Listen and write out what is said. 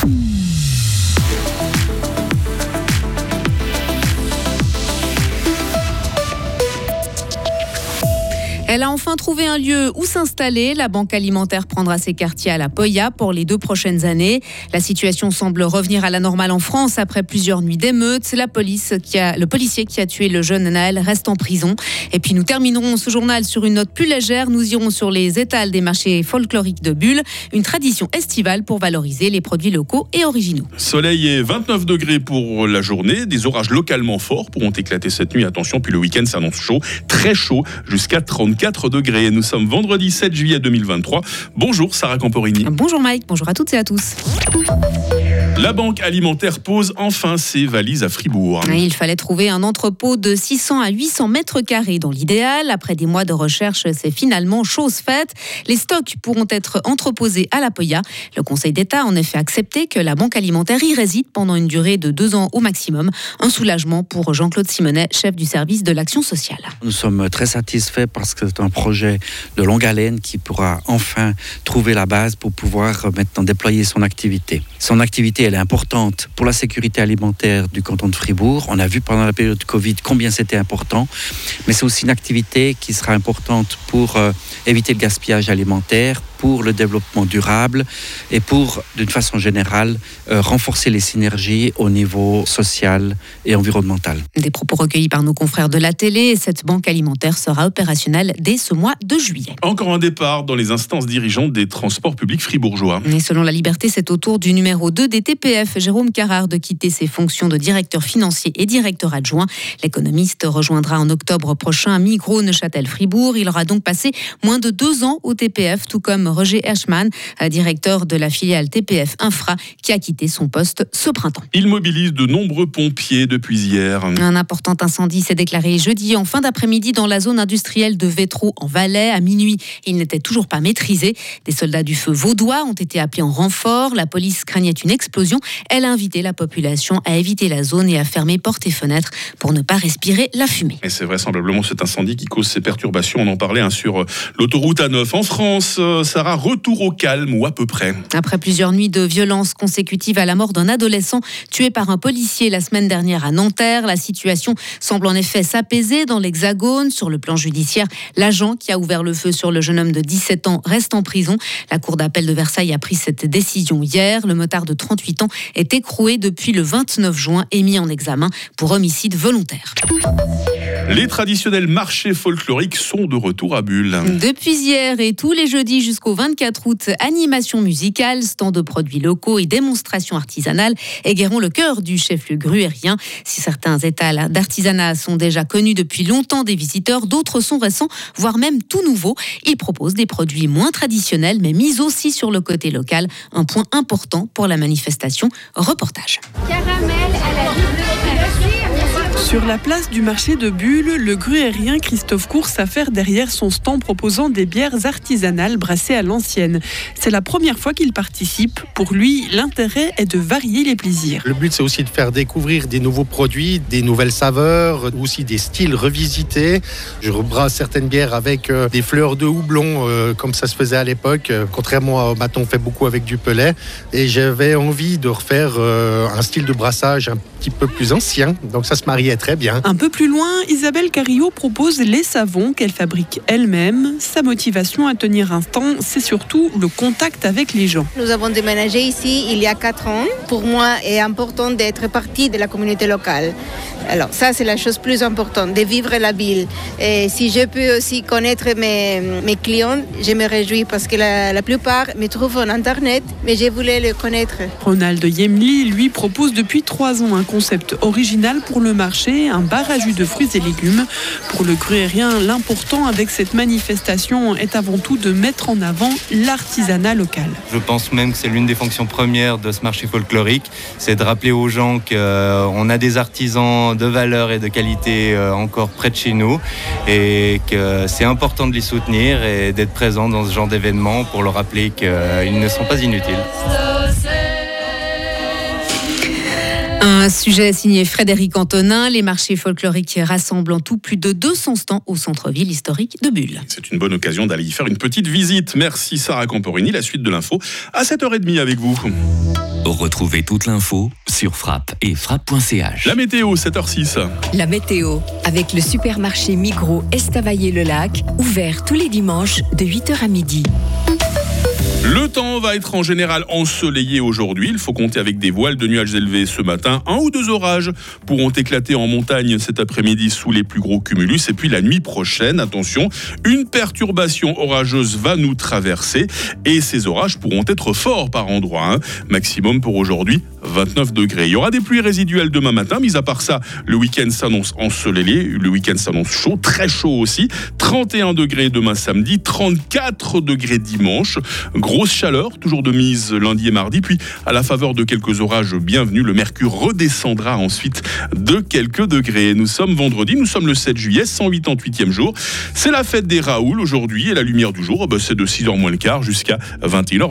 Elle a enfin trouvé un lieu où s'installer. La Banque alimentaire prendra ses quartiers à la Poya pour les 2 prochaines années. La situation semble revenir à la normale en France après plusieurs nuits d'émeutes. Le policier qui a tué le jeune Naël reste en prison. Et puis nous terminerons ce journal sur une note plus légère. Nous irons sur les étals des marchés folkloriques de Bulle, une tradition estivale pour valoriser les produits locaux et originaux. Soleil et 29 degrés pour la journée. Des orages localement forts pourront éclater cette nuit. Attention, puis le week-end s'annonce chaud, très chaud, jusqu'à 34 degrés. Nous sommes vendredi 7 juillet 2023. Bonjour Sarah Camporini. Bonjour Mike, bonjour à toutes et à tous. La Banque alimentaire pose enfin ses valises à Fribourg. Il fallait trouver un entrepôt de 600 à 800 mètres carrés dans l'idéal. Après des mois de recherche, c'est finalement chose faite. Les stocks pourront être entreposés à la Poya. Le Conseil d'État a en effet accepté que la Banque alimentaire y réside pendant une durée de 2 ans au maximum. Un soulagement pour Jean-Claude Simonet, chef du service de l'action sociale. Nous sommes très satisfaits parce que c'est un projet de longue haleine qui pourra enfin trouver la base pour pouvoir maintenant déployer son activité. Son activité, elle est importante pour la sécurité alimentaire du canton de Fribourg. On a vu pendant la période de Covid combien c'était important, mais c'est aussi une activité qui sera importante pour éviter le gaspillage alimentaire, pour le développement durable et pour, d'une façon générale, renforcer les synergies au niveau social et environnemental. Des propos recueillis par nos confrères de la télé. Cette banque alimentaire sera opérationnelle dès ce mois de juillet. Encore un départ dans les instances dirigeantes des transports publics fribourgeois. Et selon La Liberté, c'est au tour du numéro 2 des TPF, Jérôme Carrard, de quitter ses fonctions de directeur financier et directeur adjoint. L'économiste rejoindra en octobre prochain Migros Neuchâtel-Fribourg. Il aura donc passé moins de 2 ans au TPF, tout comme Roger Herschmann, directeur de la filiale TPF Infra, qui a quitté son poste ce printemps. Il mobilise de nombreux pompiers depuis hier. Un important incendie s'est déclaré jeudi en fin d'après-midi dans la zone industrielle de Vétro en Valais. À minuit, il n'était toujours pas maîtrisé. Des soldats du feu vaudois ont été appelés en renfort. La police craignait une explosion. Elle a invité la population à éviter la zone et à fermer portes et fenêtres pour ne pas respirer la fumée. Et c'est vraisemblablement cet incendie qui cause ces perturbations. On en parlait sur l'autoroute A9 en France. Sarah, retour au calme ou à peu près. Après plusieurs nuits de violence consécutives à la mort d'un adolescent tué par un policier la semaine dernière à Nanterre, la situation semble en effet s'apaiser dans l'Hexagone. Sur le plan judiciaire, l'agent qui a ouvert le feu sur le jeune homme de 17 ans reste en prison. La cour d'appel de Versailles a pris cette décision hier. Le motard de 38 ans est écroué depuis le 29 juin et mis en examen pour homicide volontaire. Les traditionnels marchés folkloriques sont de retour à Bulle. Depuis hier et tous les jeudis jusqu'au 24 août, animation musicale, stands de produits locaux et démonstrations artisanales égaieront le cœur du chef-lieu gruérien. Si certains étals d'artisanat sont déjà connus depuis longtemps des visiteurs, d'autres sont récents, voire même tout nouveaux. Ils proposent des produits moins traditionnels, mais mis aussi sur le côté local. Un point important pour la manifestation. Reportage. Caramel à la double crème. Sur la place du marché de Bulle, le gruérien Christophe Cours s'affaire derrière son stand proposant des bières artisanales brassées à l'ancienne. C'est la première fois qu'il participe. Pour lui, l'intérêt est de varier les plaisirs. Le but, c'est aussi de faire découvrir des nouveaux produits, des nouvelles saveurs, aussi des styles revisités. Je rebrasse certaines bières avec des fleurs de houblon, comme ça se faisait à l'époque. Contrairement à maintenant, on fait beaucoup avec du pellet. Et j'avais envie de refaire un style de brassage un petit peu plus ancien. Donc ça se mariait très bien. Un peu plus loin, Isabelle Carillot propose les savons qu'elle fabrique elle-même. Sa motivation à tenir un stand, c'est surtout le contact avec les gens. Nous avons déménagé ici il y a 4 ans. Pour moi, il est important d'être partie de la communauté locale. Alors ça, c'est la chose plus importante, de vivre la ville. Et si je peux aussi connaître mes clients, je me réjouis parce que la plupart me trouvent en Internet, mais je voulais le connaître. Ronald Yemli, lui, propose depuis 3 ans un concept original pour le marché, un bar à jus de fruits et légumes. Pour le gruérien, l'important avec cette manifestation est avant tout de mettre en avant l'artisanat local. Je pense même que c'est l'une des fonctions premières de ce marché folklorique, c'est de rappeler aux gens qu'on a des artisans de valeur et de qualité encore près de chez nous et que c'est important de les soutenir et d'être présent dans ce genre d'événements pour leur rappeler qu'ils ne sont pas inutiles. Un sujet signé Frédéric Antonin. Les marchés folkloriques rassemblent en tout plus de 200 stands au centre-ville historique de Bulle. C'est une bonne occasion d'aller y faire une petite visite. Merci Sarah Camporini. La suite de l'info à 7h30 avec vous. Retrouvez toute l'info sur Frappe et frappe.ch. La météo, 7h06. La météo, avec le supermarché Migros Estavayer-le-Lac, ouvert tous les dimanches de 8h à midi. Le temps va être en général ensoleillé aujourd'hui. Il faut compter avec des voiles de nuages élevés ce matin. 1 ou 2 orages pourront éclater en montagne cet après-midi sous les plus gros cumulus. Et puis la nuit prochaine, attention, une perturbation orageuse va nous traverser. Et ces orages pourront être forts par endroits. Maximum pour aujourd'hui, 29 degrés. Il y aura des pluies résiduelles demain matin. Mis à part ça, le week-end s'annonce ensoleillé. Le week-end s'annonce chaud, très chaud aussi. 31 degrés demain samedi, 34 degrés dimanche. Grosse chaleur, toujours de mise lundi et mardi. Puis, à la faveur de quelques orages bienvenus, le mercure redescendra ensuite de quelques degrés. Nous sommes vendredi, nous sommes le 7 juillet, 188e jour. C'est la fête des Raoul aujourd'hui et la lumière du jour, c'est de 6h moins le quart jusqu'à 21h.